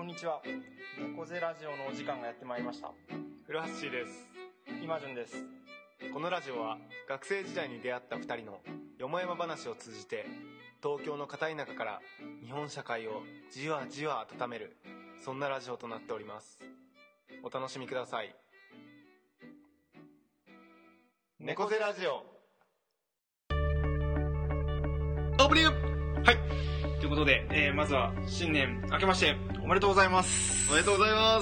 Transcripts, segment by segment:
にちは。猫背ラジオのお時間がやってまいりました。 古橋です。 今順です。 このラジオは学生時代に出会った2人のよもやま話を通じて、東京の片田舎から日本社会をじわじわ温める、そんなラジオとなっております。お楽しみください。猫背ラジオオープニング。はい、ということで、まずは新年明けましておめでとうございます。 おめでとうございます。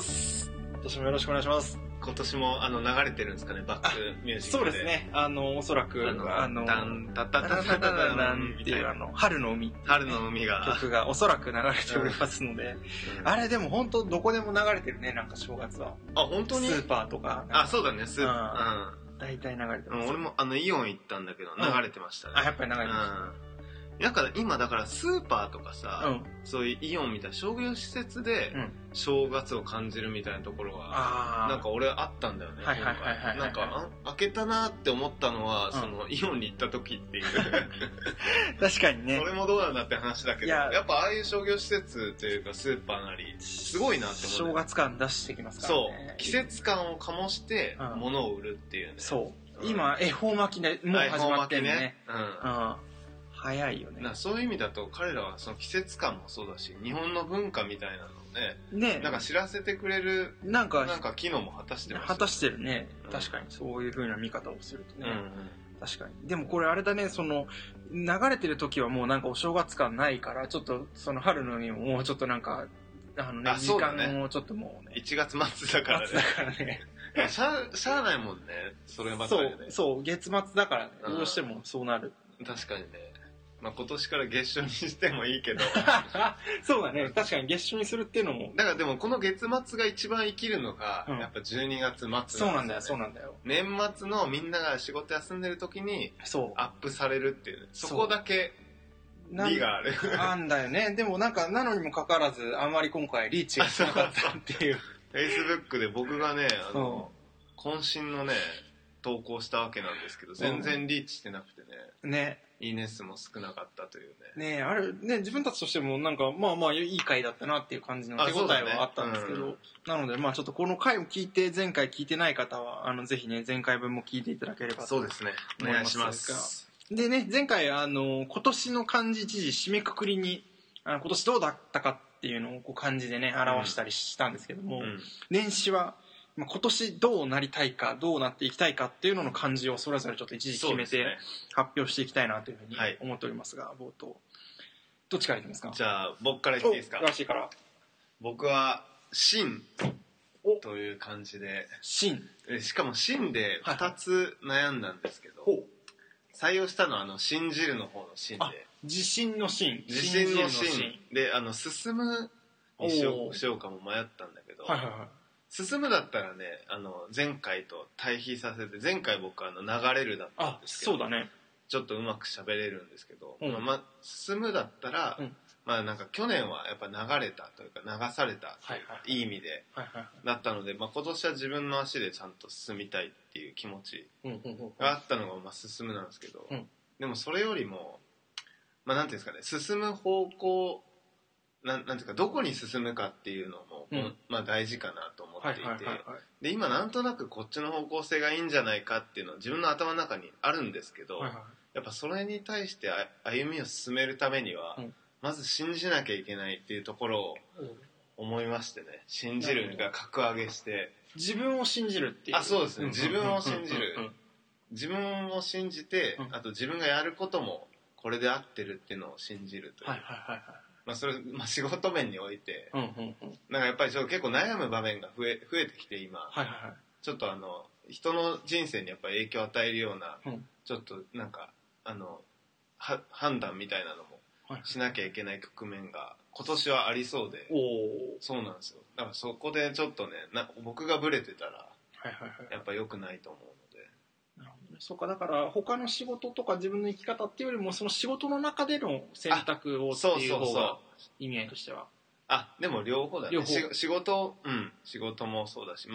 今年もよろしくお願いします。 今年も流れてるんですかね、バックミュージックで。 そうですね、おそらくタンタタタタタタタンっていう春の海が曲がおそらく流れておりますので、あれでも本当どこでも流れてるね、なんか正月は。 あ、本当に？ スーパーとか。 あ、そうだね、スーパー。大体流れてます。 俺もイオン行ったんだけど流れてましたね。 あ、やっぱり流れてました。 なんか今だからスーパーとかさ、そういうイオンみたいな商業施設で正月を感じるみたいなところがなんか俺あったんだよね。なんか開けたなって思ったのは、そのイオンに行った時っていう確かにね。 それもどうなんだって話だけど、やっぱああいう商業施設というかスーパーなりすごいなって思う、 正月感出してきますからね。 そう、季節感を醸して物を売るっていうね。 そう今恵方巻きでもう始まってるね。早いよね。 そういう意味だと彼らはその季節感もそうだし、日本の文化みたいなのをね、なんか知らせてくれるなんか機能も果たしてますよね。 果たしてるね。確かにそういう風な見方をするとね。確かに。でもこれあれだね、その流れてる時はもうなんかお正月感ないから、ちょっとその春のにももうちょっとなんか時間をちょっともうね。 1月末だからね。しゃあないもんね、そればっかりね。 そう、月末だからね、どうしてもそうなる。 確かにね。まあ今年から月初にしてもいいけどそうだね、確かに月初にするっていうのも。 だからでもこの月末が一番生きるのが、やっぱ12月末なんですよね。 そうなんだよ。 年末のみんなが仕事休んでる時にアップされるっていう、そこだけ利があるなんだよね。でもなんかなのにもかかわらずあんまり今回リーチがしなかったっていう。 Facebook で僕がね渾身のね投稿したわけなんですけど、全然リーチしてなくてね。いいね数も少なかったというね。 ね、あれね、自分たちとしてもなんかまあまあいい回だったなっていう感じの手応えはあったんですけど、なのでまあちょっとこの回を聞いて前回聞いてない方はぜひね前回分も聞いていただければと。 そうですね、お願いします。 でね、前回今年の漢字一字締めくくりに今年どうだったかっていうのをこう漢字でね表したりしたんですけども、年始は今年どうなりたいかどうなっていきたいかっていうのの漢字をそれぞれちょっと一時決めて発表していきたいなというふうに思っておりますが、冒頭どっちからいきますか？ じゃあ僕からいっていいですか？ らしいから。 僕は新という漢字で、 新、 しかも新で2つ悩んだんですけど、採用したのは信じるの方の新で、 自信の新で進むにしようかも迷ったんだけど、進むだったらね、前回と対比させて、前回僕流れるだったんですけど、 そうだね、 ちょっとうまく喋れるんですけど、進むだったら、まあなんか去年はやっぱ流れたというか流されたというか、いい意味でだったので、今年は自分の足でちゃんと進みたいっていう気持ちがあったのが進むなんですけど、でもそれよりもまあなんていうんですかね、進む方向なんていうか、どこに進むかっていうのも、まあ大事かなと思っていて、で今なんとなくこっちの方向性がいいんじゃないかっていうのは自分の頭の中にあるんですけど、やっぱそれに対して歩みを進めるためには、まず信じなきゃいけないっていうところを思いましてね。信じるが格上げして自分を信じるっていう。 そうですね、自分を信じる、自分を信じて、あと自分がやることもこれで合ってるっていうのを信じるという、それ仕事面において、なんかやっぱり結構悩む場面が増えてきて今、ちょっと人の人生にやっぱり影響を与えるような、ちょっとなんか判断みたいなのもしなきゃいけない局面が今年はありそうで、そうなんですよ。だからそこでちょっとね、僕がブレてたらやっぱ良くないと思うので。 なるほどね。そうか、だから他の仕事とか自分の生き方っていうよりもその仕事の中での選択をっていう方が意味合いとしては。 でも両方だね。仕事もそうだし、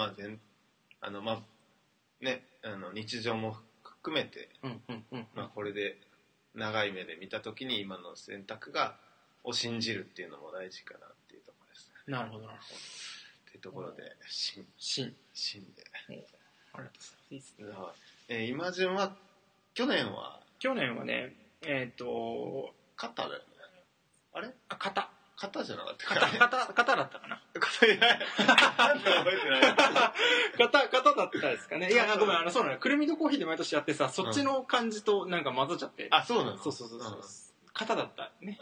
日常も含めて、これで長い目で見た時に今の選択を信じるっていうのも大事かなっていうところですね。 なるほどなるほど。 っていうところで新で。 ありがとうございます。 いいですね。 今順は去年はね肩だよね。あれ？肩じゃなかったかな。 肩だったかな。 覚えてない。 肩だったですかね。いや、ごめん、そうなの。くるみとコーヒーで毎年やってさ、そっちの感じとなんか混ざっちゃって。 あ、そうなの？ そう。肩だったね。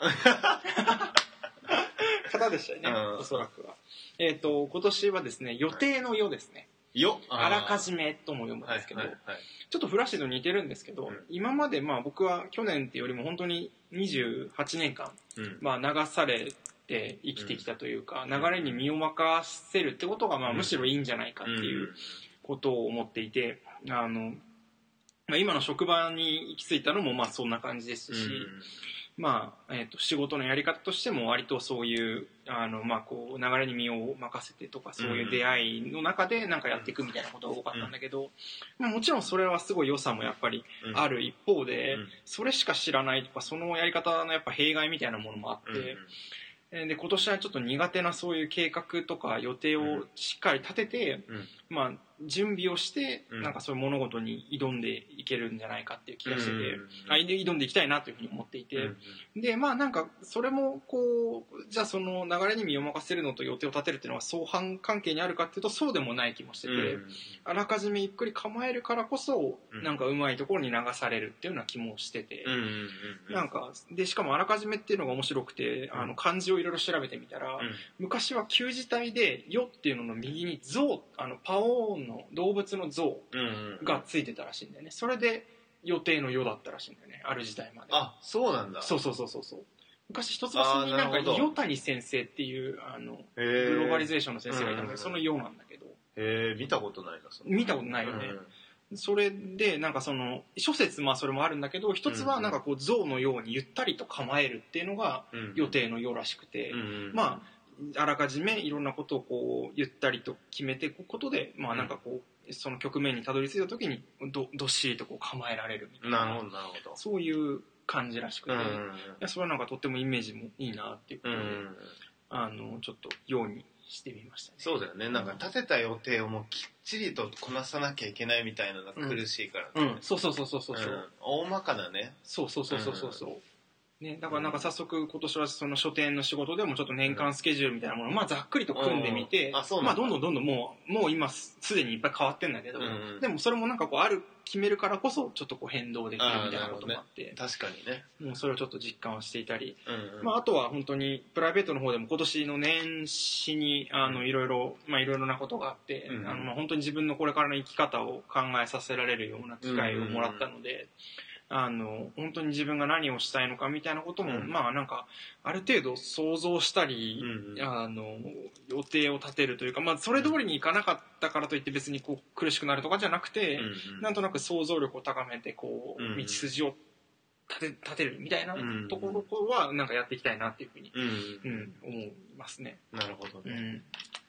肩でしたよね、おそらくは。今年はですね、予定の予ですね。あらかじめとも読むんですけど、ちょっとフラッシュと似てるんですけど、今まで僕は去年っていうよりも本当に28年間、流されて生きてきたというか、流れに身を任せるってことがむしろいいんじゃないかっていうことを思っていて、今の職場に行き着いたのもそんな感じですし、仕事のやり方としても割とそういうこう流れに身を任せてとか、そういう出会いの中でなんかやっていくみたいなことが多かったんだけど、もちろんそれはすごい良さもやっぱりある一方で、それしか知らないとか、そのやり方のやっぱ弊害みたいなものもあって、で今年はちょっと苦手なそういう計画とか予定をしっかり立てて、準備をして、なんかそういう物事に挑んでいけるんじゃないかっていう気がしてて、挑んでいきたいなというふうに思っていて、でなんかそれもこう、じゃあその流れに身を任せるのと予定を立てるっていうのは相反関係にあるかっていうとそうでもない気もしてて、あらかじめゆっくり構えるからこそなんかうまいところに流されるっていうような気もしてて、なんかでしかもあらかじめっていうのが面白くて、漢字をいろいろ調べてみたら、昔は旧字体で「よ」っていうのの右に象、パオーンの動物の象がついてたらしいんだよね。それで予定の「よ」だったらしいんだよね、ある時代まで。 あ、そうなんだ。 そう昔一橋になんか与谷先生っていうグローバリゼーションの先生がいたんだけど、その「よ」なんだけど。 見たことないな。 見たことないよね。それでなんかその諸説それもあるんだけど、一つはなんかこう象のようにゆったりと構えるっていうのが予定の「よ」らしくて、あらかじめいろんなことをこうゆったりと決めていくことで、なんかこうその局面にたどり着いた時にどっしりとこう構えられるみたいな、 なるほど。 そういう感じらしくて、それはなんかとってもイメージもいいなっていうことで、ちょっとようにしてみましたね。 そうだよね。なんか立てた予定をもうきっちりとこなさなきゃいけないみたいなのが苦しいからね。 そう。 大まかなね。 そう。ね、だからなんか早速今年はその書店の仕事でもちょっと年間スケジュールみたいなものをざっくりと組んでみて、どんどんもう今すでにいっぱい変わってんだけど、でもそれもなんかこう決めるからこそちょっとこう変動できるみたいなこともあって、 確かにね、 もうそれをちょっと実感をしていたり、あとは本当にプライベートの方でも今年の年始にいろいろなことがあって、本当に自分のこれからの生き方を考えさせられるような機会をもらったので、本当に自分が何をしたいのかみたいなことも、なんかある程度想像したり、予定を立てるというか、それ通りにいかなかったからといって別にこう苦しくなるとかじゃなくて、なんとなく想像力を高めてこう道筋を立てるみたいなところはなんかやっていきたいなっていうふうに、思いますね。 なるほどね。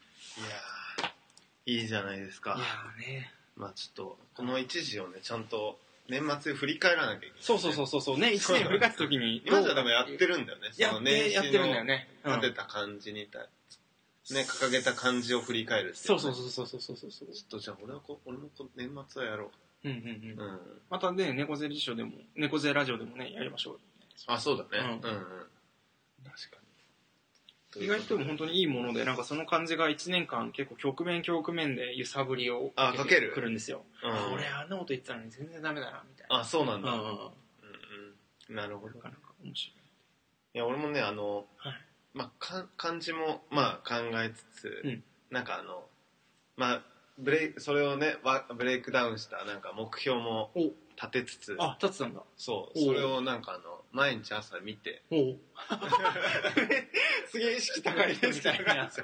いやいいじゃないですか。 いやね。 ちょっとこの一時をねちゃんと年末振り返らなきゃいけない、ね。 そうね、1年振り返った時に今じゃでもやってるんだよね。 その年始の立てた感じに掲げた感じを振り返るっていう、ね。そう。ちょっとじゃあ俺も年末はやろう。 またね、猫背ラジオでもねやりましょう。 あ、そうだね。確かに。 意外とでも本当にいいもので、なんかその感じが1年間結構局面で揺さぶりをかけるくるんですよ。俺あんなこと言ってたのに全然ダメだなみたいな。 あ、そうなんだ。なるほど。 なかなか面白い。 いや俺もね漢字も考えつつ、なんかそれをねブレイクダウンしたなんか目標も立てつつ、 立てたんだ。 そう、それをなんか毎日朝見て、 すげえ意識高いみたいなやつ。 高い。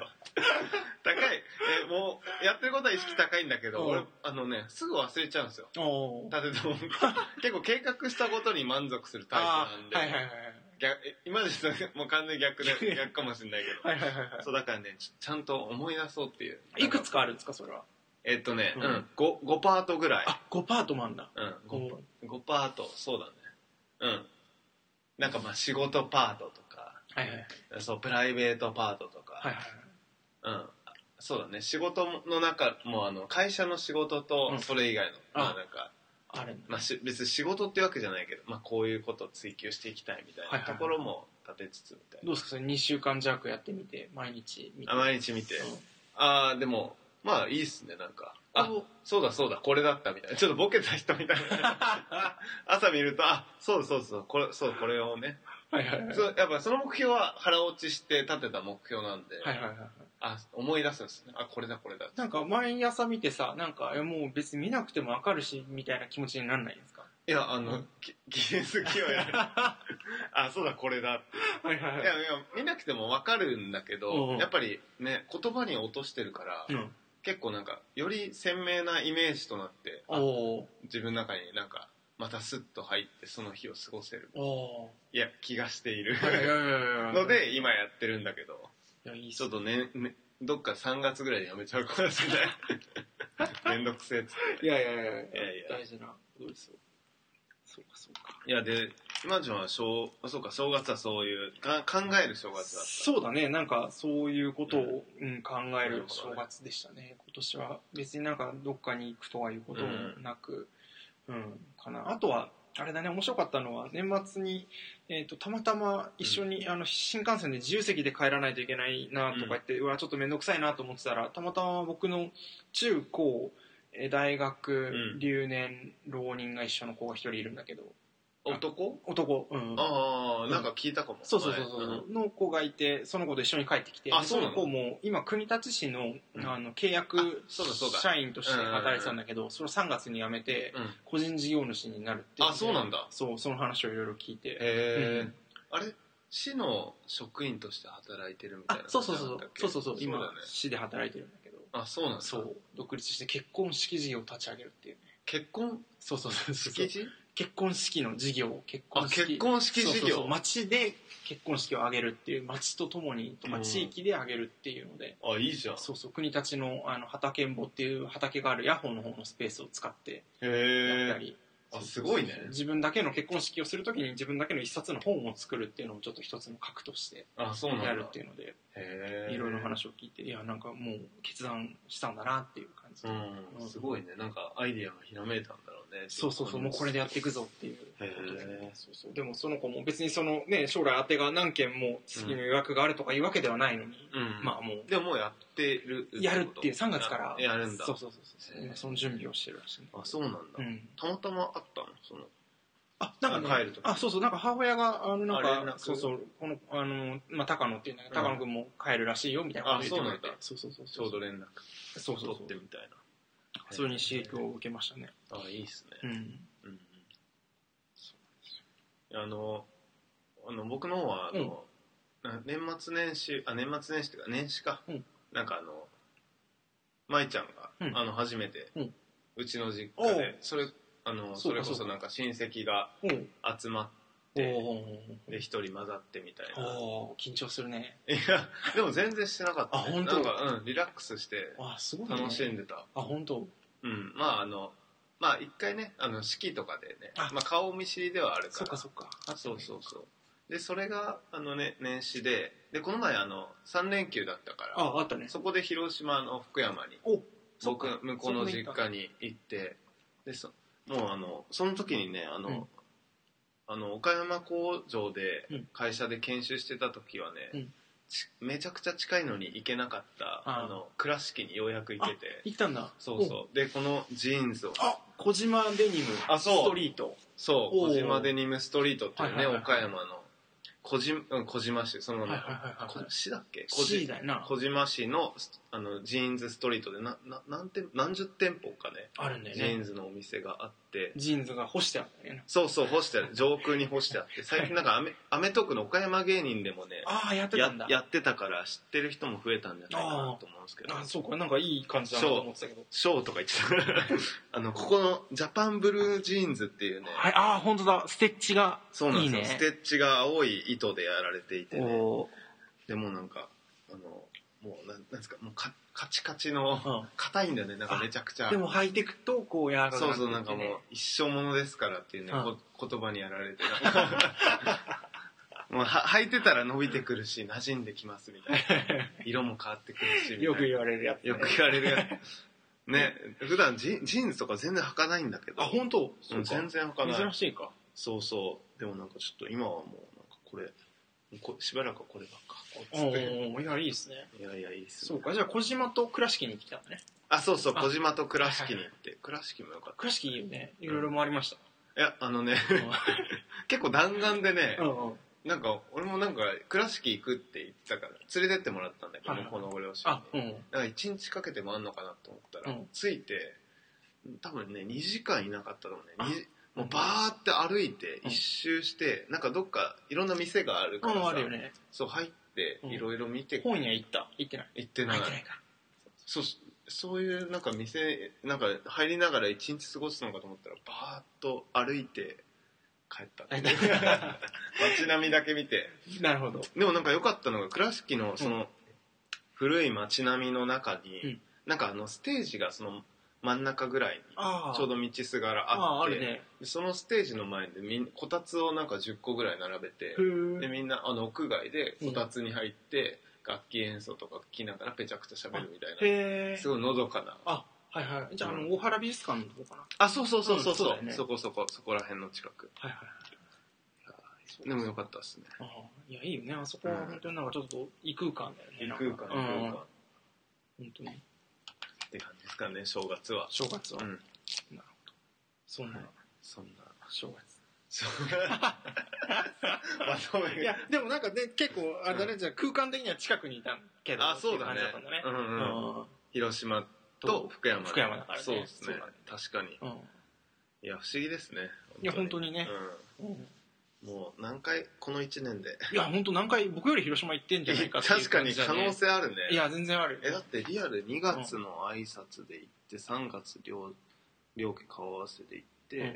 もうやってることは意識高いんだけど、俺すぐ忘れちゃうんですよ。立てたもん結構計画したことに満足するタイプなんで。今ですともう完全に逆かもしれないけど、そうだからねちゃんと思い出そうっていう。 いくつかあるんですかそれは。 5パートぐらい。 5パートもあんだ。 5パート、そうだね。なんか仕事パートとか、そうプライベートパートとか、 そうだね、仕事の中も会社の仕事とそれ以外の、なんかあるんだ、 別に仕事ってわけじゃないけど、こういうことを追求していきたいみたいなところも立てつつみたいな。 どうですかそれ2週間弱やってみて毎日見て。 毎日見て、でもいいっすね。なんかそうだこれだったみたいな、ちょっとボケた人みたいな朝見るとそうこれをね、やっぱその目標は腹落ちして立てた目標なんで、思い出すんですね。これだなんか毎朝見てさ、なんかもう別に見なくても分かるしみたいな気持ちにならないんですか？ いや記念すぎはやそうだこれだって、いや見なくても分かるんだけど、やっぱりね言葉に落としてるから、結構なんかより鮮明なイメージとなって、自分の中になんかまたスッと入ってその日を過ごせる気がしているので今やってるんだけど、ちょっとねどっか3月ぐらいでやめちゃうかもしれないめんどくせえっつって。いや大事なことですよ。そうか。 いやで今ちゃんは正月はそういう考える正月だった。 そうだね、なんかそういうことを、考える正月でしたね今年は。別になんかどっかに行くとはいうこともなく、かな。あとはあれだね、面白かったのは年末に、たまたま一緒に、新幹線で自由席で帰らないといけないなとか言って、ちょっと面倒くさいなと思ってたら、たまたま僕の中高大学、留年浪人が一緒の子が一人いるんだけど。 男、なんか聞いたかも。 そうの子がいて、その子と一緒に帰ってきて、その子も今国立市の契約社員として働いてたんだけど、それを3月に辞めて個人事業主になるっていう。 そうなんだ。 その話をいろいろ聞いて。 あれ市の職員として働いてるみたいな。 そう今市で働いてるんだけど。 そうなんだ。 そう独立して結婚式事業を立ち上げるっていうね。 結婚式事？ 結婚式の事業、結婚式事業、 町で結婚式を挙げるっていう、町とともにとか地域で挙げるっていうので、 いいじゃん。 国立の畑んぼっていう畑があるヤホーの方のスペースを使ってやったり、 すごいね。 自分だけの結婚式をするときに自分だけの一冊の本を作るっていうのをちょっと一つの核としてやるっていうので、いろいろ話を聞いて、なんかもう決断したんだなっていう感じで、 すごいね。なんかアイディアがひらめいたんだろうね。 もうこれでやっていくぞっていうことでね。でもその子も別にそのね、将来当てが何件も次の予約があるとかいうわけではないのに、 でももうやってるっていう3月からやるんだ。 今その準備をしてるらしい。 そうなんだ。たまたまあったのその。 なんかね、帰るとなんか母親がなんかこの高野っていうんだけど、高野君も帰るらしいよみたいなこと言ってくれて、 ちょうど連絡取ってみたいな。 それに刺激を受けましたね。 いいっすね。僕の方は年末年始っていうか年始か、なんか舞ちゃんが初めてうちの実家でそれこそなんか親戚が集まってで一人混ざってみたいな。 緊張するね。 いやでも全然してなかったね。なんかリラックスして楽しんでた。 本当。 一回ね式とかでね、顔見知りではあるから。そうでそれが年始でこの前3連休だったから、 あったね。 そこで広島の福山に僕向こうの実家に行ってでもうその時にね岡山工場で会社で研修してた時はね、めちゃくちゃ近いのに行けなかった倉敷にようやく行けて。 行ったんだ。 でこのジーンズを小島デニムストリート。 小島デニムストリートっていうね、岡山の小島市、その市だっけ？ 市だよな。 小島市のジーンズストリートで何十店舗かね、 あるんだよね。 ジーンズのお店があって、 ジーンズが干してあったよね。 干してある、上空に干してあって、最近なんかアメトーークの岡山芸人でもねやってたから知ってる人も増えたんじゃないかなと思うんですけど。 そうか、なんかいい感じだなと思ってたけど。 ショーとか言ってたここのジャパンブルージーンズっていうね、 本当だ、ステッチがいいね。 ステッチが青い糸でやられていてね。でもなんかもうなんですか、もうカチカチの硬いんだよね、なんかめちゃくちゃ。 でも履いていくとこう柔らかくなって、 なんかもう一生ものですからっていうね、言葉にやられてもう履いてたら伸びてくるし馴染んできますみたいな色も変わってくるしみたいなよく言われるやつ、 ね、よく言われるやつね普段ジーンズとか全然履かないんだけど。 あ、本当？ 全然履かない。 珍しいか。 そうそう。でもなんかちょっと今はもうなんかこれしばらくはこればっかこうつって。 いやいいですね。 いやいいですね。 そうか、じゃあ小島と倉敷に来たのね。 あ、そうそう、小島と倉敷に行って、倉敷もよかった。 倉敷いいよね。いろいろ回りました。 いや結構弾丸でね、なんか俺もなんか倉敷行くって言ってたから連れてってもらったんだけど、このご両親に。なんか1日かけて回んのかなと思ったら、着いて多分ね2時間いなかったのね。もうバーって歩いて一周して、なんかどっかいろんな店があるからさ、そう入っていろいろ見て。 本屋行ってない。 行ってない。そういうなんか店なんか入りながら一日過ごすのかと思ったらバーッと歩いて帰った街並みだけ見て。 なるほど。 でもなんか良かったのが倉敷のその古い街並みの中に、なんかステージがその真ん中ぐらいにちょうど道すがらあって、でそのステージの前でこたつをなんか10個ぐらい並べて、でみんな屋外でこたつに入って、楽器演奏とか聴きながらぺちゃくちゃ喋るみたいな、すごいのどかな。 あ、はいはい。じゃあ大原美術館のとこかな。 あ、そう、そこら辺の近く。 はいはい。 でもよかったですね。 いやいいよね。あそこは本当になんかちょっと異空間だよね。 異空間。 本当に。 って感じですかね、正月は。 なるほど。そんな正月。いやでもなんかね結構あれだね、じゃあ空間的には近くにいたけど。 あ、そうだね。広島と福山だからね。そうですね。確かに。いや不思議ですね。 いや本当にね。 もう何回この1年で。 いや本当何回僕より広島行ってんじゃないかっていう感じだね。 確かに可能性あるね。 いや全然ある。 だってリアル2月の挨拶で行って3月両家顔合わせで行って。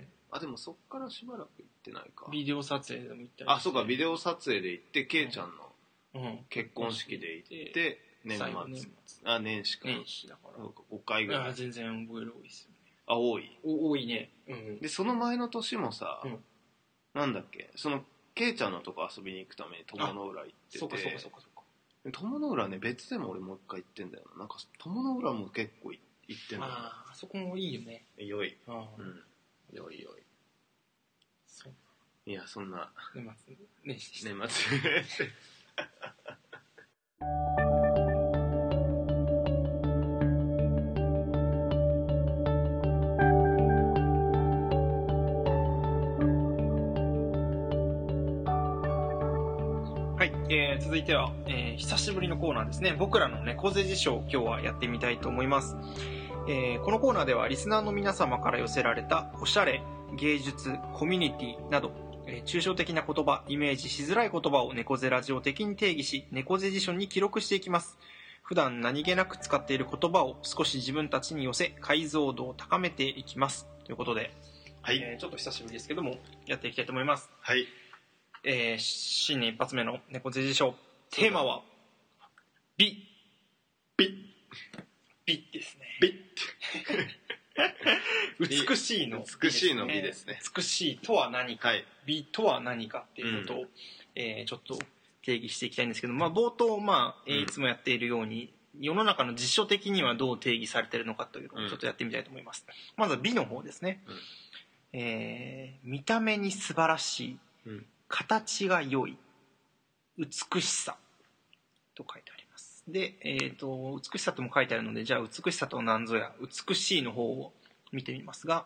あ、でもそっからしばらく行ってないか。 ビデオ撮影でも行ったり。 あ、そうか、ビデオ撮影で行って、ケイちゃんの結婚式で行って、年始か。 年始だから。 5回ぐらい。 あ、全然覚える多いですよね。 あ、多い。 多いね。 で、その前の年もさ、なんだっけ、その、ケイちゃんのとこ遊びに行くために友の浦行ってて。そうか。友の浦ね、別でも俺もう一回行ってんだよな。なんか、友の浦も結構行ってんだよ。 あそこもいいよね。 良い。良い。いや、そんな年末はい、続いては、久しぶりのコーナーですね。僕らの猫背辞書を今日はやってみたいと思います。このコーナーではリスナーの皆様から寄せられたおしゃれ、芸術、コミュニティなど抽象的な言葉、イメージしづらい言葉を猫背ラジオ的に定義し、猫背辞書に記録していきます。普段何気なく使っている言葉を少し自分たちに寄せ、解像度を高めていきます。ということで、はい、ちょっと久しぶりですけども、やっていきたいと思います。 はい。 新年一発目の猫背辞書、テーマは、美ですね。美しいの美ですね。 美しいとは何か、美とは何かっていうことを、ちょっと定義していきたいんですけど、冒頭、いつもやっているように世の中の辞書的にはどう定義されているのかというのをちょっとやってみたいと思います。まずは美の方ですね。見た目に素晴らしい、形が良い、美しさと書いてあります。で、美しさとも書いてあるので、じゃあ美しさとは何ぞや、美しいの方を見てみますが、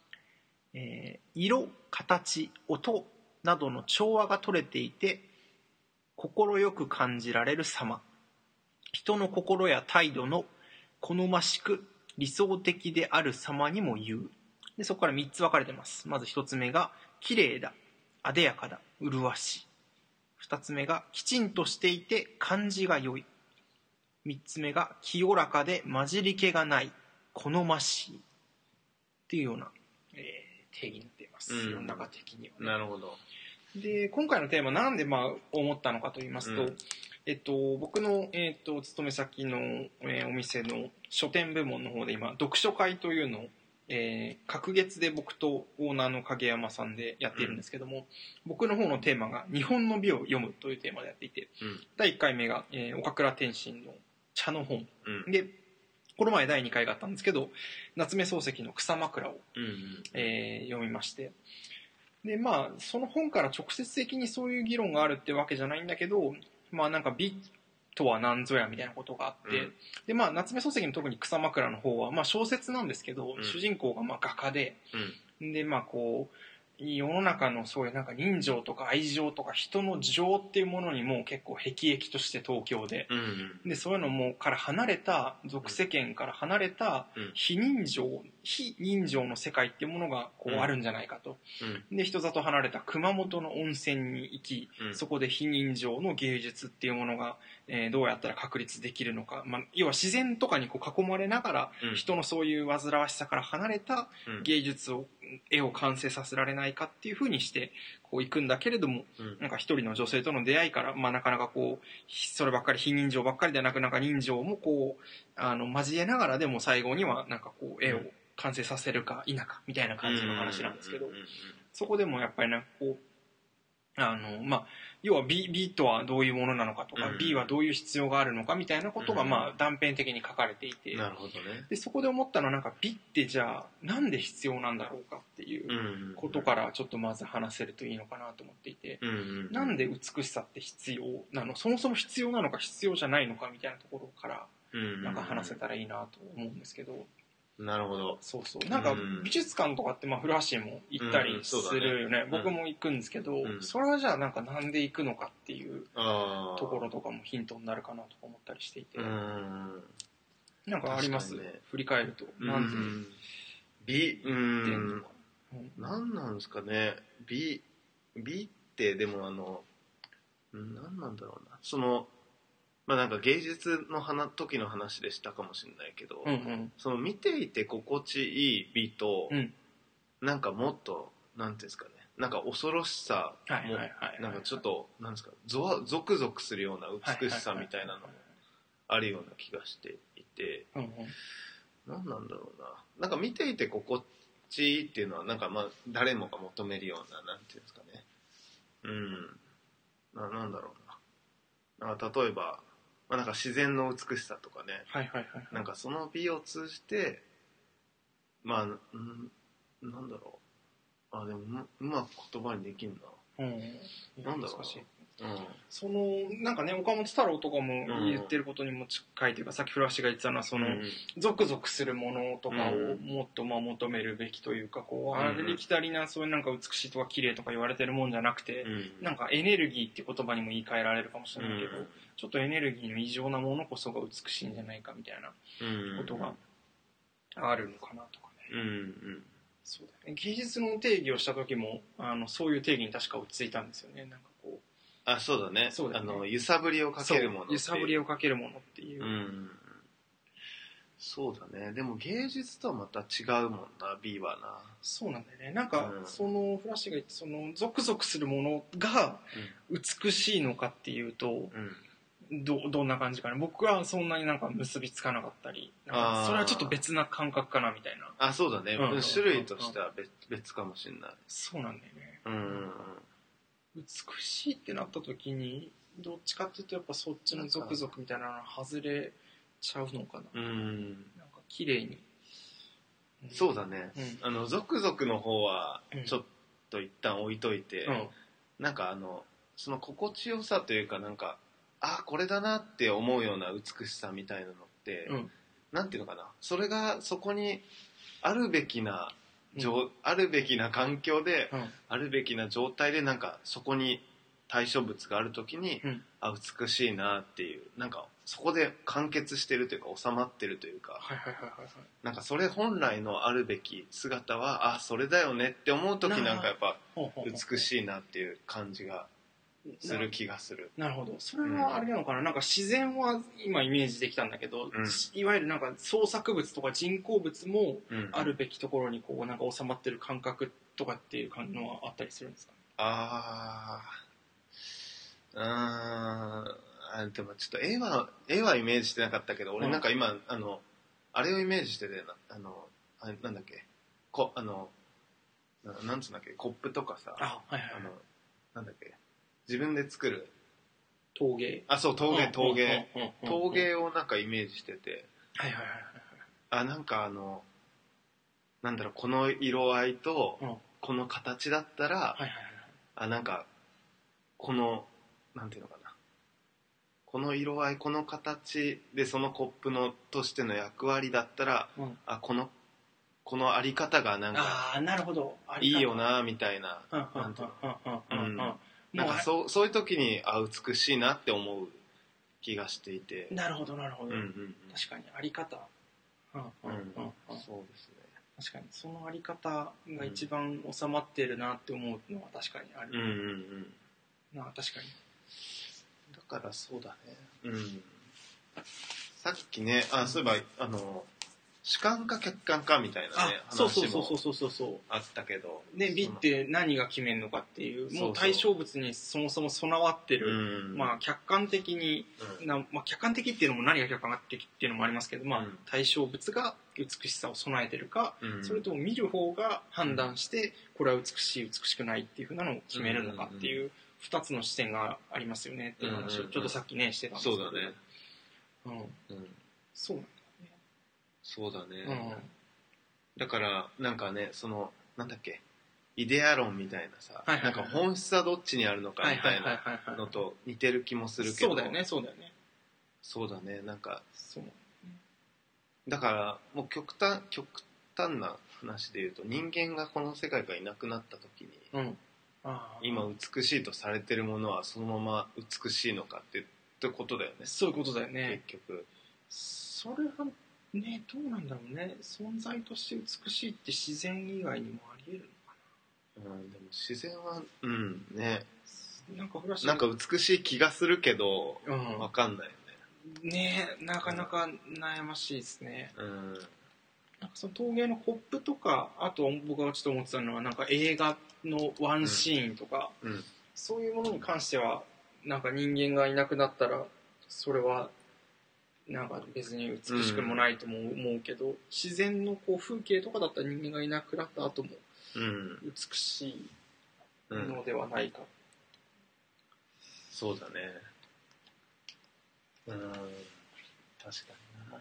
色、形、音などの調和が取れていて心よく感じられる様、人の心や態度の好ましく理想的である様にも言う。でそこから3つ分かれてます。まず1つ目が綺麗だ、艶やかだ、麗しい。2つ目がきちんとしていて感じが良い。3つ目が清らかで混じり気がない、好ましいっていうような、定義になっています。世の中的には、 なるほど。 で今回のテーマなんで思ったのかと言いますと、僕の、勤め先の、お店の書店部門の方で今読書会というのを隔月で僕とオーナーの影山さんでやっているんですけども、僕の方のテーマが日本の美を読むというテーマでやっていて、第1回目が、岡倉天心の茶の本、でこの前第2回があったんですけど、夏目漱石の草枕を、読みまして、でまあその本から直接的にそういう議論があるってわけじゃないんだけど、まあなんか美とは何ぞやみたいなことがあって、でまあ夏目漱石の特に草枕の方は、まあ、小説なんですけど、主人公がまあ画家で、でまあこう世の中のそういうなんか人情とか愛情とか人の情っていうものにも結構辟易として東京で、でそういうのもから離れた俗世間から離れた非人情の世界っていうものがこうあるんじゃないかと、で人里離れた熊本の温泉に行き、そこで非人情の芸術っていうものがどうやったら確立できるのか、まあ、要は自然とかにこう囲まれながら、人のそういう煩わしさから離れた芸術を絵を完成させられないかっていう風にしてこう行くんだけれども、なんか一人の女性との出会いから、まあ、なかなかこうそればっかり非人情ばっかりではなく、なんか人情もこう交えながら、でも最後にはなんかこう絵を完成させるか否かみたいな感じの話なんですけど、そこでもやっぱりなんかこうまあ、要は B とはどういうものなのかとか、B はどういう必要があるのかみたいなことがまあ断片的に書かれていて、 なるほどね。 でそこで思ったのはなんか B ってじゃあなんで必要なんだろうかっていうことからちょっとまず話せるといいのかなと思っていて、なんで美しさって必要なの、そもそも必要なのか必要じゃないのかみたいなところからなんか話せたらいいなと思うんですけど。 なるほど。 そうそう、なんか美術館とかってまあ古橋も行ったりするよね、僕も行くんですけど、それはじゃあなんかなんで行くのかっていうところとかもヒントになるかなとか思ったりしていて、なんかあります、振り返るとなんで美なんなんですかね。美ってでもなんなんだろうな、そのまあなんか芸術の時の話でしたかもしれないけど、その見ていて心地いい美と、なんかもっとなんていうんですかね、なんか恐ろしさもなんかちょっとなんですか、ゾクゾクするような美しさみたいなのもあるような気がしていて、なんなんだろうな、なんか見ていて心地いいっていうのはなんかまあ誰もが求めるような、なんていうんですかね、なんだろうな、なんか例えばまあ、なんか自然の美しさとかね、なんかその美を通じてまあなんだろう、でもうまく言葉にできんな、なんだろうな、そのなんかね岡本太郎とかも言ってることにも近いというか、さっき古橋が言ってたのはその、ゾクゾクするものとかをもっとまあ求めるべきというか、こうありきたりなそういうなんか美しいとか綺麗とか言われてるもんじゃなくて、なんかエネルギーっていう言葉にも言い換えられるかもしれないけど、ちょっとエネルギーの異常なものこそが美しいんじゃないかみたいなことがあるのかなとかね。そうだね、芸術の定義をした時もそういう定義に確か落ち着いたんですよね。なんかこうそうだね、揺さぶりをかけるもの、 揺さぶりをかけるものっていう、 そうだね。でも芸術とはまた違うもんな、 B はな。 そうなんだよね。なんか、そのフラッシュが言ってそのゾクゾクするものが美しいのかっていうと、どんな感じかな。僕はそんなになんか結びつかなかったり、なんかそれはちょっと別な感覚かなみたいな。 そうだね、種類としては別かもしれない。 そうなんだよね。美しいってなった時にどっちかっていうとやっぱそっちのゾクゾクみたいなの外れちゃうのかな。なんか綺麗に、 そうだね、ゾクゾクの方はちょっと一旦置いといて、なんかその心地よさというか、なんかこれだなって思うような美しさみたいなのって、なんていうのかな、それがそこにあるべきなあるべきな環境で、あるべきな状態で、なんかそこに対象物があるときに、美しいなっていう、なんかそこで完結してるというか収まってるというか、なんかそれ本来のあるべき姿はそれだよねって思うとき、なんかやっぱ美しいなっていう感じがする気がする。 なるほど。それはあれなのかな、なんか自然は今イメージできたんだけど、いわゆるなんか創作物とか人工物もあるべきところにこうなんか収まってる感覚とかっていうのはあったりするんですかね。 でもちょっと絵はイメージしてなかったけど、俺なんか今あれをイメージしててなんだっけ、 なんつうんだっけ、コップとかさ、 はいはいはい、 なんだっけ、自分で作る陶芸、 そう陶芸をなんかイメージしてて、 はいはいはいはい、 なんかなんだろう、この色合いとこの形だったら、はいはいはい、なんかこのなんていうのかな、この色合いこの形でそのコップのとしての役割だったら、このあり方がなんかなるほど、 いいよなみたいな、なんていうの、なんかそういう時に美しいなって思う気がしていて。 なるほどなるほど、確かにあり方、 そうですね、 確かにそのあり方が一番収まってるなって思うのは確かにある、確かに。 だからそうだね、さっきね、そういえば主観か客観かみたいなね話もあったけど、 美って何が決めるのかっていう、もう対象物にそもそも備わってる、客観的に、客観的っていうのも何が客観的っていうのもありますけど、対象物が美しさを備えてるか、それとも見る方が判断してこれは美しい美しくないっていうふうなのを決めるのかっていう2つの視点がありますよねっていう話をちょっとさっきねしてたんですけど。 そうだね、 そうなんだ。 そうだね、だからなんかね、なんだっけ、イデア論みたいなさ、なんか本質はどっちにあるのかみたいなのと似てる気もするけど、 そうだよねそうだよね、 そうだね、なんかだからもう極端な話で言うと、人間がこの世界からいなくなった時に、今美しいとされてるものはそのまま美しいのかってことだよね。 そういうことだよね、 結局それはね、どうなんだろうね。存在として美しいって自然以外にもあり得るのかな。 でも自然はね、 なんか美しい気がするけど、分かんないよね。ねえ、なかなか悩ましいですね。なんかその陶芸のコップとか、あと僕がちょっと思ってたのは、なんか映画のワンシーンとか、そういうものに関しては、なんか人間がいなくなったらそれはなんか別に美しくもないとも思うけど、自然のこう風景とかだったら人間がいなくなった後も美しいのではないか、 そうだね、確かに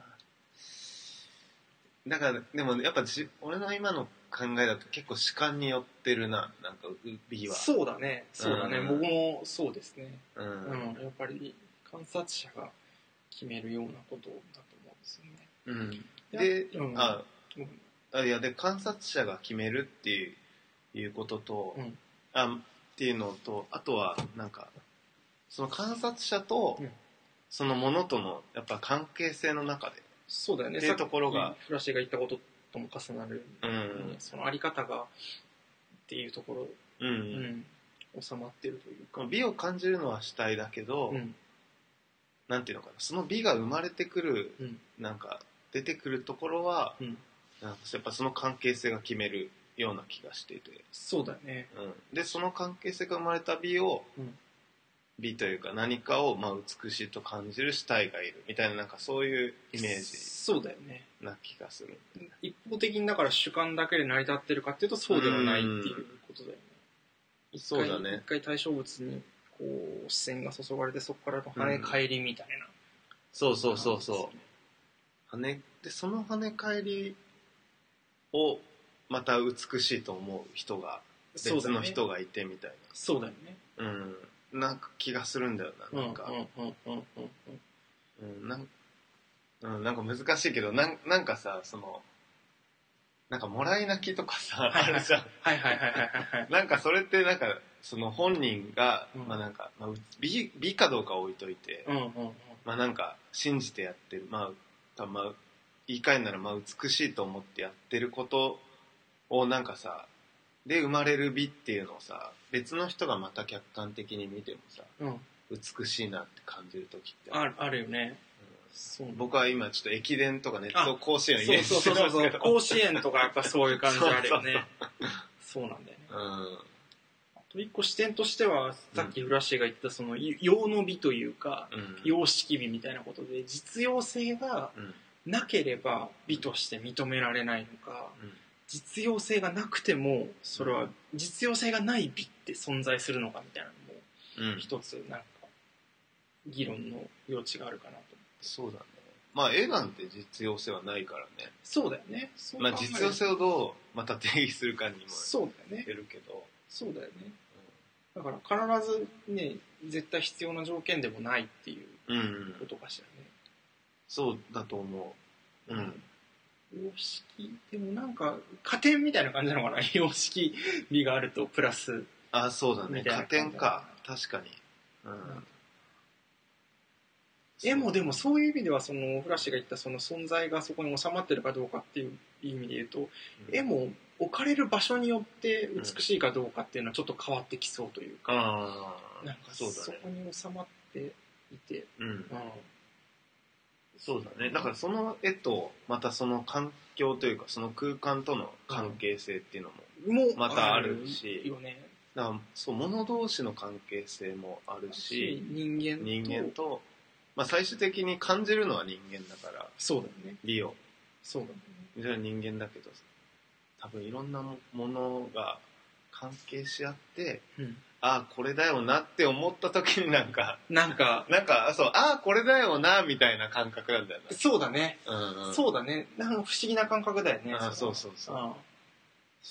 な。だからでもやっぱ俺の今の考えだと結構主観によってるな、なんか美は。 そうだね、僕もそうですね、やっぱり観察者が決めるようなことだと思うんですよね。で観察者が決めるっていうことと、っていうのと、あとはなんかその観察者とそのものとのやっぱ関係性の中で、 そうだよね、 っていうところがフラッシュが言ったこととも重なる、そのあり方がっていうところ、収まってるというか、 美を感じるのは主体だけど、なんていうのかな、その美が生まれてくる、なんか出てくるところは、なんかやっぱその関係性が決めるような気がしていて、 そうだよね、 でその関係性が生まれた美を、美というか何かを美しいと感じる主体がいるみたいな、なんかそういうイメージ、 そうだよね、な気がする。 一方的にだから主観だけで成り立ってるかっていうとそうではないっていうことだよね。 そうだね、 一回対象物にこう視線が注がれて、そこからの跳ね返りみたいな、 そう跳ねで、その跳ね返りをまた美しいと思う人が、別の人がいてみたいな、 そうだよね、 なんか気がするんだよな、なんかなんか難しいけど、なんかさ、なんかもらい泣きとかさ、あるじゃん。なんかそれってなんかその本人が、なんか、美かどうか置いといて、なんか信じてやってる、言い換えるなら美しいと思ってやってることをなんかさ、で生まれる美っていうのをさ、別の人がまた客観的に見てもさ、美しいなって感じる時ってあるよね。 僕は今ちょっと駅伝とかネット甲子園をイメージしてますけど、 甲子園とかやっぱそういう感じあるよね。そうなんだよね。あと一個視点としては、さっきフラッシーが言ったその用の美というか、様式美みたいなことで、実用性がなければ美として認められないのか、 実用性がなくてもそれは実用性がない美って存在するのかみたいなのも一つなんか議論の余地があるかなと。 そうだね。まあ絵なんて実用性はないからね。 そうだよね。 まあ実用性をどうまた定義するかにもよるけど。 そうだよね。だから必ずね絶対必要な条件でもないっていうことかしらね。 そうだと思う。 様式でもなんか加点みたいな感じなのかな。様式美があるとプラス。 あ、そうだね。加点か。確かに。 絵もでもそういう意味ではそのフラッシュが言ったその存在がそこに収まってるかどうかっていう意味で言うと、絵も置かれる場所によって美しいかどうかっていうのはちょっと変わってきそうというか、なんかそこに収まっていて、 そうだね。だからその絵とまたその環境というかその空間との関係性っていうのもまたあるし、だからそう物同士の関係性もあるし、人間とまあ最終的に感じるのは人間だから、 そうだね。 美を。 そうだね。 それは人間だけど、多分いろんなものが関係し合って、ああこれだよなって思った時になんかそうああこれだよなみたいな感覚なんだよね。 そうだね。そうだね。なんか不思議な感覚だよね。 そうそうそう。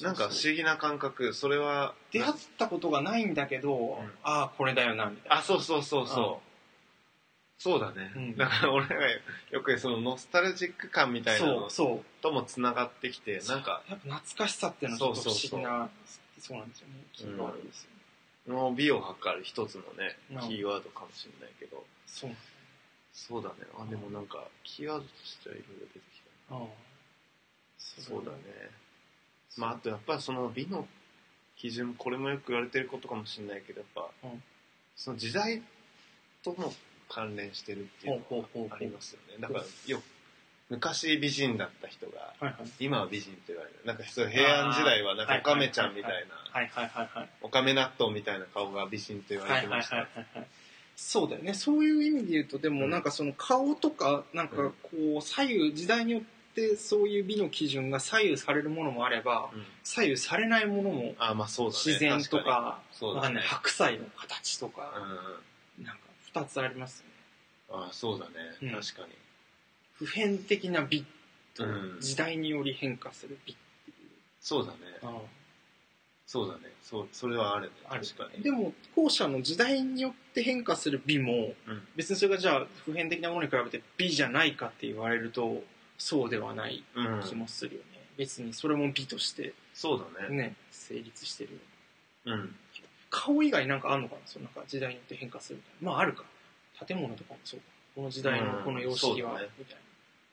なんか不思議な感覚。それは出会ったことがないんだけど、ああこれだよなみたいな。 あ、そうそうそうそう。そうだね。だから俺がよくそのノスタルジック感みたいなのともつながってきて、なんかやっぱ懐かしさっていうのはちょっと不思議な、そうなんですよね。キーワードですよね。 の美を測る一つのね、キーワードかもしれないけど。そうだね。あ、でもなんかキーワードとしてはいろいろ出てきた。そうだね。まああとやっぱりその美の基準、これもよく言われてることかもしれないけど、やっぱその時代とも関連してるっていうのがありますよね。だから昔美人だった人が今は美人って言われる。なんかそう平安時代はなんかオカメちゃんみたいな、オカメ納豆みたいな顔が美人って言われてました。 そうだよね。そういう意味で言うとでもなんかその顔とかなんかこう左右時代によってそういう美の基準が左右されるものもあれば左右されないものも自然とか白菜の形とかなんか2つありますね。 ああそうだね、確かに普遍的な美と時代により変化する美っていう、 そうだね。そうだね。それはあるね。確かに。 でも後者の時代によって変化する美も、別にそれがじゃあ普遍的なものに比べて美じゃないかって言われるとそうではない気もするよね。別にそれも美としてそうだね。 成立してるよ。顔以外なんかあるのかな。そのなんか時代によって変化するみたいな。まああるか。建物とかもそうか。この時代のこの様式はみたいな。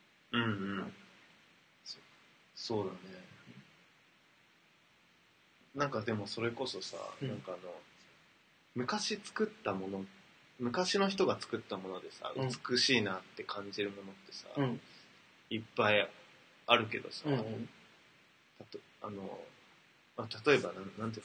そうだね。なんかでもそれこそさ、なんか昔作ったもの、昔の人が作ったものでさ、美しいなって感じるものってさ、いっぱいあるけどさ、例えばなんていうのか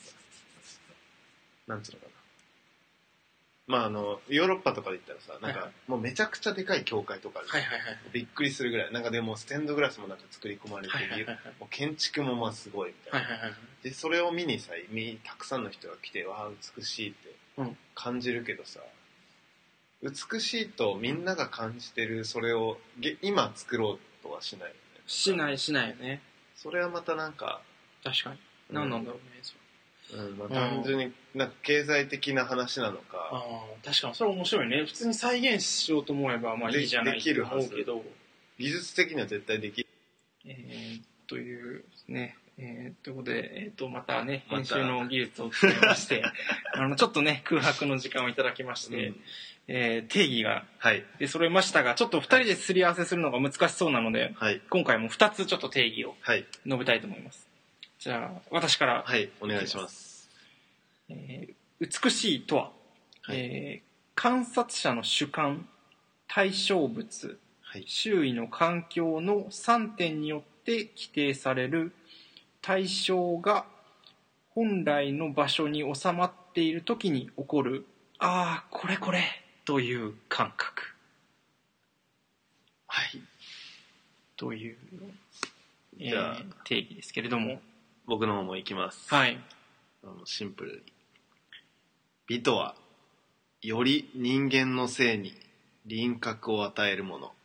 な、なんつうのかな。まあヨーロッパとかで言ったらさ、なんかもうめちゃくちゃでかい教会とかある、びっくりするぐらい、なんかでもステンドグラスもなんか作り込まれて、もう建築もまあすごいみたいな、でそれを見にたくさんの人が来て、わあ美しいって感じるけどさ、美しいとみんなが感じてるそれを今作ろうとはしないよね。 しないよね。 それはまたなんか確かに何なんだろうね、それ。 単純になんか経済的な話なのか。 確かにそれ面白いね。普通に再現しようと思えばまあいいじゃないと思うけど、 技術的には絶対できる。 というね、ということで、またね編集の技術を使いましてちょっとね空白の時間をいただきまして、定義が出揃いましたが、ちょっと2人ですり合わせするのが難しそうなので、今回も2つちょっと定義を述べたいと思います。じゃあ私からお願いします。 美しいとは、観察者の主観、対象物、周囲の環境の3点によって規定される対象が本来の場所に収まっている時に起こる、ああこれこれという感覚というじゃあ定義ですけれども、 僕の方もいきます。 はい。 シンプルに。美とは、より人間の性に輪郭を与えるもの。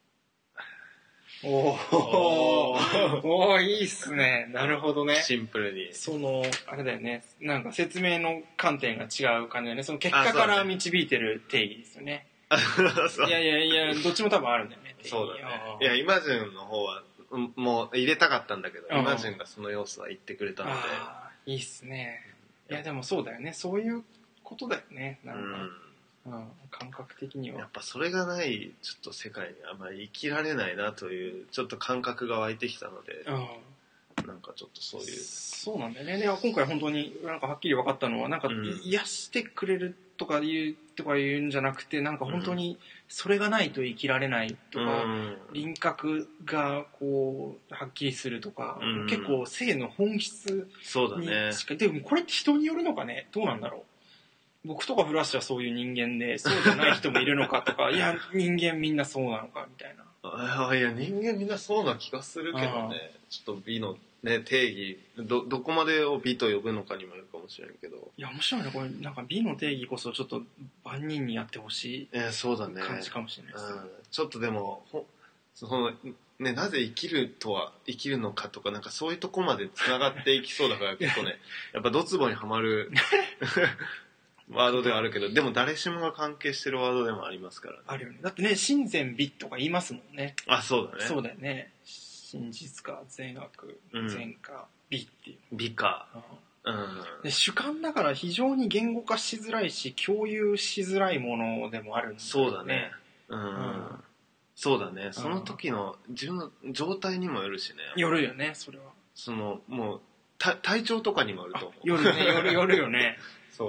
おー、いいっすね。なるほどね。 シンプルに。 あれだよね。なんか説明の観点が違う感じだよね。その結果から導いてる定義ですよね。いや、どっちも多分あるんだよね。 そうだね。いや、イマジンの方は、もう入れたかったんだけど、イマジンがその要素は言ってくれたので。 いいっすね。いや、でもそうだよね。そういうことだよね。なんか、感覚的には。 やっぱそれがないちょっと世界にあんまり生きられないなというちょっと感覚が湧いてきたので、なんかちょっとそうなんだよね。で今回本当になんかはっきり分かったのは、なんか癒してくれるとか言うんじゃなくて、なんか本当にそれがないと生きられないとか、輪郭がこうはっきりするとか、結構性の本質にしか、でもこれって人によるのかね、どうなんだろう。僕とかフラッシュはそういう人間で、そうじゃない人もいるのかとか、いや、人間みんなそうなのかみたいな。 いや、人間みんなそうな気がするけどね。ちょっと美の、ね、定義どこまでを美と呼ぶのかにもよるかもしれんけど。 いや、面白いね。これ、なんか美の定義こそちょっと万人にやってほしいそうだね。 感じかもしれないです、 ちょっとでも、ね、なぜ生きるのかとか、なんかそういうとこまで繋がっていきそうだから、結構ね、やっぱドツボにはまる。ワードではあるけど、でも誰しもが関係してるワードでもありますからね。 あるよね。だってね、真善美とか言いますもんね。 そうだね。 そうだよね。真実か、善悪、善か、美っていう。 美か。 で主観だから非常に言語化しづらいし、共有しづらいものでもあるんだよね。 そうだね。そうだね。その時の自分の状態にもよるしね。 よるよね、それは。 もう、体調とかにもよると思う。 よるよね。 そう。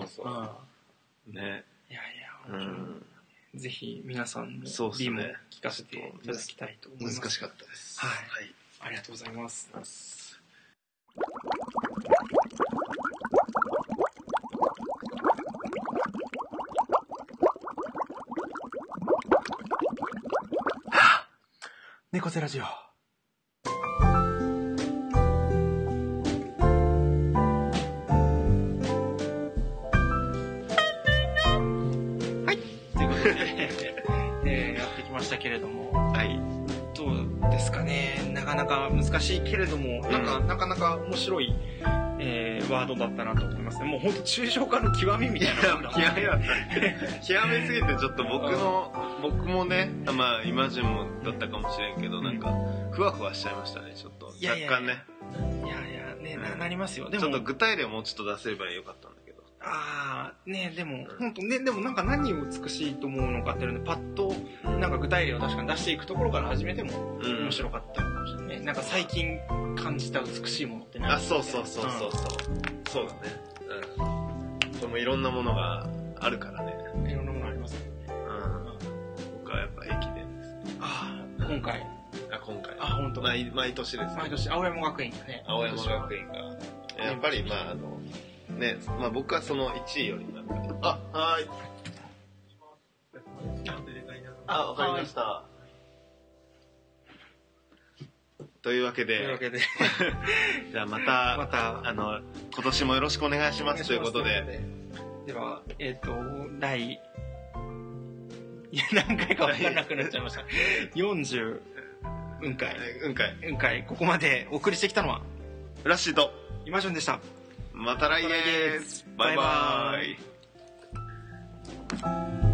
ね。 いや、ぜひ皆さんの美も聞かせていただきたいと思います。 難しかったです。 はい。ありがとうございます。猫背ラジオ。やってきましたけれども、どうですかね。なかなか難しいけれども、なかなか面白い、ワードだったなと思いますね。もう本当抽象化の極みみたいなもんだ。 極めすぎてちょっと僕もね、まあイマジンもだったかもしれんけど、なんかふわふわしちゃいましたね、ちょっと若干ね。 なりますよ。 でもちょっと具体例をもうちょっと出せればよかったんだけど。 でも本当ね、でもなんか何を美しいと思うのかっていうので、パッとなんか具体例を確かに出していくところから始めても面白かったかもしれないね。なんか最近感じた美しいものって何？ そうだね。そのいろんなものがあるからね。 いろんなものありますよね。 僕はやっぱ駅伝ですね。 今回。 本当。毎年ですね。 毎年青山学院がね。 青山学院がやっぱりね、僕はその1位よりなんかはい。わかりました。というわけでじゃあまた今年もよろしくお願いしますということで。 では何回か分からなくなっちゃいました。40雲海ここまでお送りしてきたのはラッシーとイマジョンでした。 また来月。バイバイ。